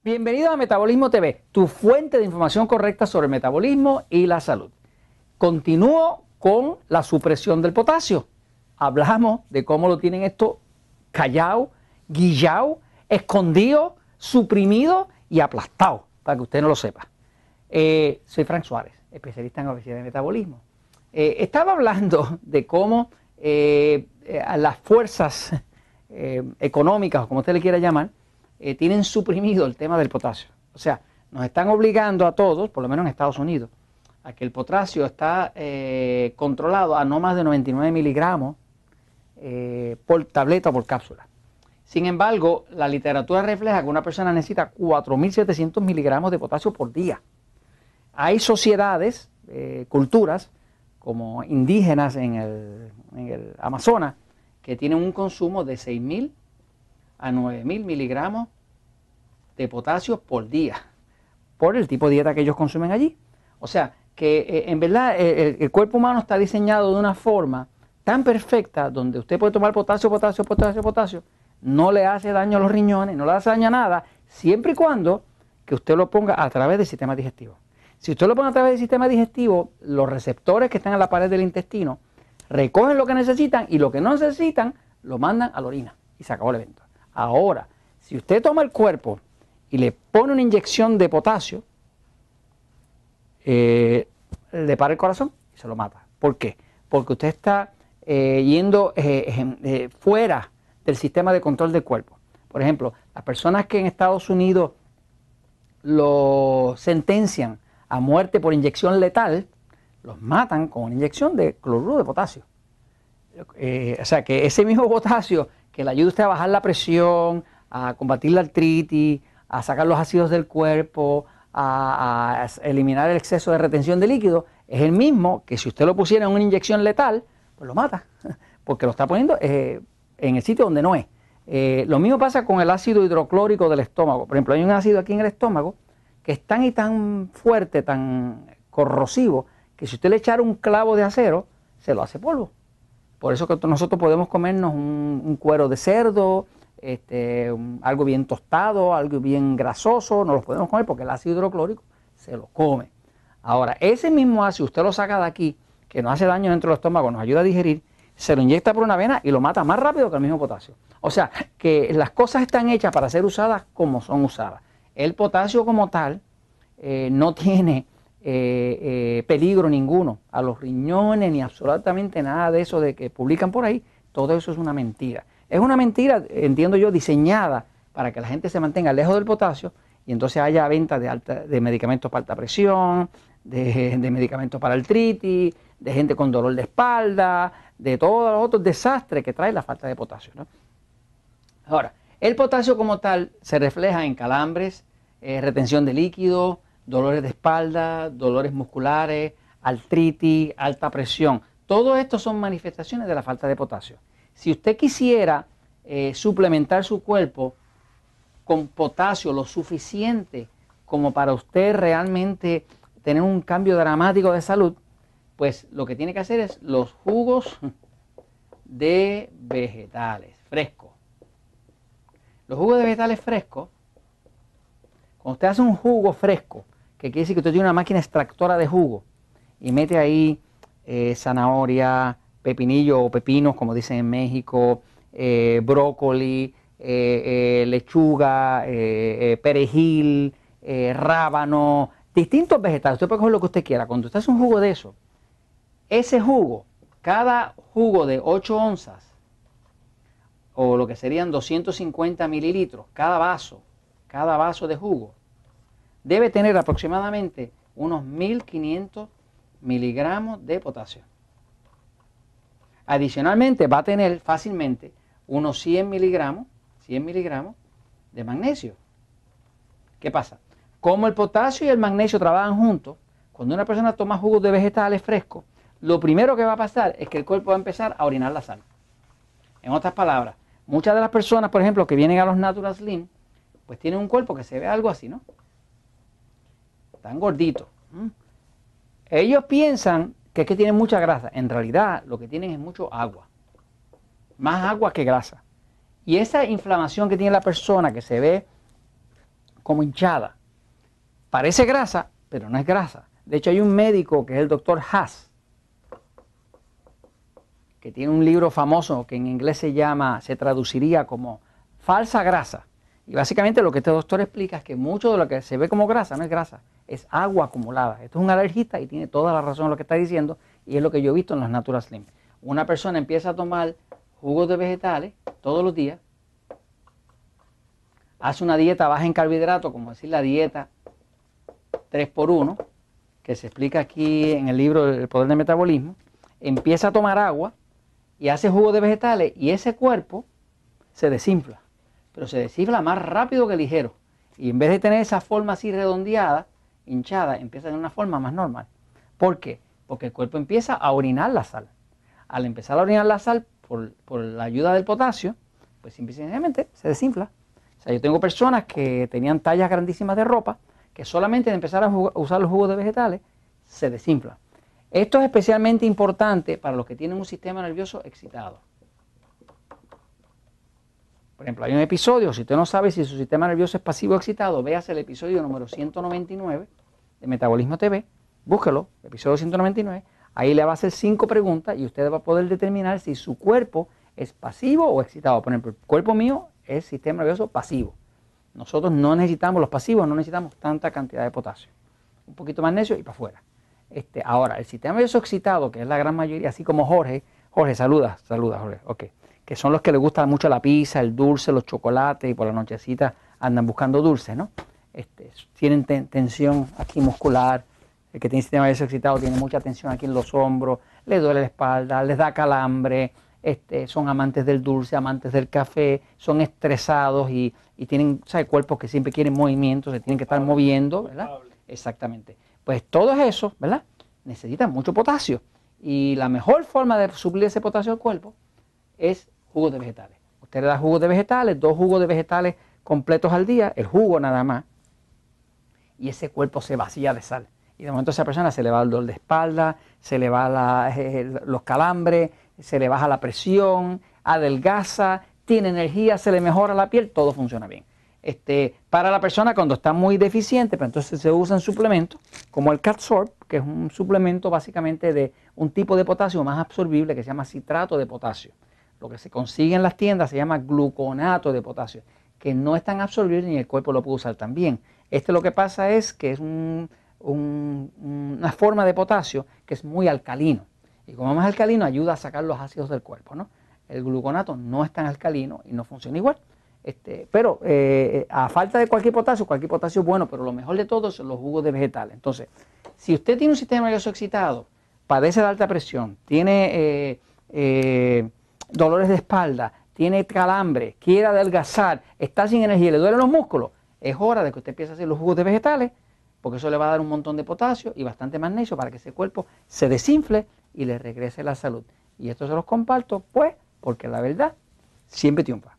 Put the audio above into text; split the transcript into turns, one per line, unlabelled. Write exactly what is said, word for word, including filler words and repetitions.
Bienvenido a Metabolismo T V, tu fuente de información correcta sobre el metabolismo y la salud. Continúo con la supresión del potasio. Hablamos de cómo lo tienen esto callado, guillado, escondido, suprimido y aplastado, para que usted no lo sepa. Eh, soy Frank Suárez, especialista en obesidad y metabolismo. Eh, estaba hablando de cómo eh, eh, las fuerzas eh, económicas, o como usted le quiera llamar, eh, tienen suprimido el tema del potasio. O sea, nos están obligando a todos, por lo menos en Estados Unidos, a que el potasio está eh, controlado a no más de noventa y nueve miligramos eh, por tableta o por cápsula. Sin embargo, la literatura refleja que una persona necesita cuatro mil setecientos miligramos de potasio por día. Hay sociedades, eh, culturas, como indígenas en el, en el Amazonas, que tienen un consumo de seis mil a nueve mil miligramos de potasio por día, por el tipo de dieta que ellos consumen allí. O sea, que eh, en verdad eh, el, el cuerpo humano está diseñado de una forma tan perfecta, donde usted puede tomar potasio, potasio, potasio, potasio, no le hace daño a los riñones, no le hace daño a nada, siempre y cuando que usted lo ponga a través del sistema digestivo. Si usted lo pone a través del sistema digestivo, los receptores que están en la pared del intestino recogen lo que necesitan y lo que no necesitan lo mandan a la orina y se acabó el evento. Ahora, si usted toma el cuerpo y le pone una inyección de potasio, eh, le para el corazón y se lo mata. ¿Por qué? Porque usted está eh, yendo eh, eh, fuera del sistema de control del cuerpo. Por ejemplo, las personas que en Estados Unidos lo sentencian a muerte por inyección letal, los matan con una inyección de cloruro de potasio. Eh, o sea que ese mismo potasio que le ayuda a usted a bajar la presión, a combatir la artritis, a sacar los ácidos del cuerpo, a, a eliminar el exceso de retención de líquido, es el mismo que si usted lo pusiera en una inyección letal, pues lo mata, porque lo está poniendo eh, en el sitio donde no es. Eh, lo mismo pasa con el ácido hidroclórico del estómago. Por ejemplo, hay un ácido aquí en el estómago que es tan y tan fuerte, tan corrosivo, que si usted le echara un clavo de acero, se lo hace polvo. Por eso que nosotros podemos comernos un, un cuero de cerdo, este, un, algo bien tostado, algo bien grasoso, no lo podemos comer porque el ácido hidroclórico se lo come. Ahora, ese mismo ácido usted lo saca de aquí, que no hace daño dentro del estómago, nos ayuda a digerir, se lo inyecta por una vena y lo mata más rápido que el mismo potasio. O sea, que las cosas están hechas para ser usadas como son usadas. El potasio como tal eh, no tiene eh, eh, peligro ninguno a los riñones ni absolutamente nada de eso de que publican por ahí. Todo eso es una mentira. Es una mentira, entiendo yo, diseñada para que la gente se mantenga lejos del potasio y entonces haya venta de, alta, de medicamentos para alta presión, de, de medicamentos para artritis, de gente con dolor de espalda, de todos los otros desastres que trae la falta de potasio, ¿no? Ahora, el potasio como tal se refleja en calambres, eh, retención de líquido, dolores de espalda, dolores musculares, artritis, alta presión. Todo esto son manifestaciones de la falta de potasio. Si usted quisiera eh, suplementar su cuerpo con potasio lo suficiente como para usted realmente tener un cambio dramático de salud, pues lo que tiene que hacer es los jugos de vegetales frescos. Los jugos de vegetales frescos, cuando usted hace un jugo fresco, que quiere decir que usted tiene una máquina extractora de jugo y mete ahí eh, zanahoria, pepinillo o pepinos, como dicen en México, eh, brócoli, eh, eh, lechuga, eh, eh, perejil, eh, rábano, distintos vegetales. Usted puede coger lo que usted quiera. Cuando usted hace un jugo de eso, ese jugo, cada jugo de ocho onzas, o lo que serían doscientos cincuenta mililitros, cada vaso, cada vaso de jugo, debe tener aproximadamente unos mil quinientos miligramos de potasio. Adicionalmente va a tener fácilmente unos cien miligramos, cien miligramos de magnesio. ¿Qué pasa? Como el potasio y el magnesio trabajan juntos, cuando una persona toma jugos de vegetales frescos, lo primero que va a pasar es que el cuerpo va a empezar a orinar la sal. En otras palabras, muchas de las personas, por ejemplo, que vienen a los Natural Slim, pues tienen un cuerpo que se ve algo así, ¿no? Tan gordito. ¿Mm? Ellos piensan que es que tienen mucha grasa. En realidad, lo que tienen es mucho agua. Más agua que grasa. Y esa inflamación que tiene la persona, que se ve como hinchada. Parece grasa, pero no es grasa. De hecho, hay un médico que es el doctor Haas, que tiene un libro famoso que en inglés se llama, se traduciría como falsa grasa. Y básicamente lo que este doctor explica es que mucho de lo que se ve como grasa no es grasa, es agua acumulada. Esto es un alergista y tiene toda la razón en lo que está diciendo, y es lo que yo he visto en los Natural Slim. Una persona empieza a tomar jugos de vegetales todos los días, hace una dieta baja en carbohidratos, como decir la dieta tres por uno, que se explica aquí en el libro El Poder del Metabolismo, empieza a tomar agua y hace jugos de vegetales y ese cuerpo se desinfla, pero se desinfla más rápido que ligero. Y en vez de tener esa forma así redondeada, hinchada, empieza a tener una forma más normal. ¿Por qué? Porque el cuerpo empieza a orinar la sal. Al empezar a orinar la sal por, por la ayuda del potasio, pues simplemente se desinfla. O sea, yo tengo personas que tenían tallas grandísimas de ropa, que solamente de empezar a, a usar los jugos de vegetales, se desinflan. Esto es especialmente importante para los que tienen un sistema nervioso excitado. Por ejemplo, hay un episodio, si usted no sabe si su sistema nervioso es pasivo o excitado, véase el episodio número ciento noventa y nueve de Metabolismo T V, búsquelo, episodio ciento noventa y nueve, ahí le va a hacer cinco preguntas y usted va a poder determinar si su cuerpo es pasivo o excitado. Por ejemplo, el cuerpo mío es sistema nervioso pasivo. Nosotros no necesitamos, los pasivos no necesitamos tanta cantidad de potasio. Un poquito más necio y para afuera. Este, ahora, el sistema nervioso excitado, que es la gran mayoría, así como Jorge, Jorge, saluda, saluda Jorge, ok, que son los que les gusta mucho la pizza, el dulce, los chocolates y por la nochecita andan buscando dulces, ¿no? Este, tienen ten, tensión aquí muscular, el que tiene sistema nervioso excitado tiene mucha tensión aquí en los hombros, le duele la espalda, les da calambre, este, son amantes del dulce, amantes del café, son estresados y, y tienen, ¿sabe? Cuerpos que siempre quieren movimiento, se tienen que estar moviendo, ¿verdad? Exactamente. Pues todos esos, ¿verdad? Necesitan mucho potasio y la mejor forma de suplir ese potasio al cuerpo es jugos de vegetales. Usted le da jugos de vegetales, dos jugos de vegetales completos al día, el jugo nada más, y ese cuerpo se vacía de sal. Y de momento a esa persona se le va el dolor de espalda, se le va la, eh, los calambres, se le baja la presión, adelgaza, tiene energía, se le mejora la piel, todo funciona bien. Este, para la persona cuando está muy deficiente, pues entonces se usan suplementos como el Catsorb, que es un suplemento básicamente de un tipo de potasio más absorbible que se llama citrato de potasio. Lo que se consigue en las tiendas se llama gluconato de potasio, que no es tan absorbible ni el cuerpo lo puede usar tan bien. Este lo que pasa es que es un, un, una forma de potasio que es muy alcalino. Y como es más alcalino, ayuda a sacar los ácidos del cuerpo, ¿no? El gluconato no es tan alcalino y no funciona igual. Este, pero eh, a falta de cualquier potasio, cualquier potasio es bueno, pero lo mejor de todo son los jugos de vegetales. Entonces, si usted tiene un sistema nervioso excitado, padece de alta presión, tiene eh, eh, dolores de espalda, tiene calambre, quiere adelgazar, está sin energía, le duelen los músculos, es hora de que usted empiece a hacer los jugos de vegetales, porque eso le va a dar un montón de potasio y bastante magnesio para que ese cuerpo se desinfle y le regrese la salud. Y esto se los comparto, pues, porque la verdad siempre triunfa.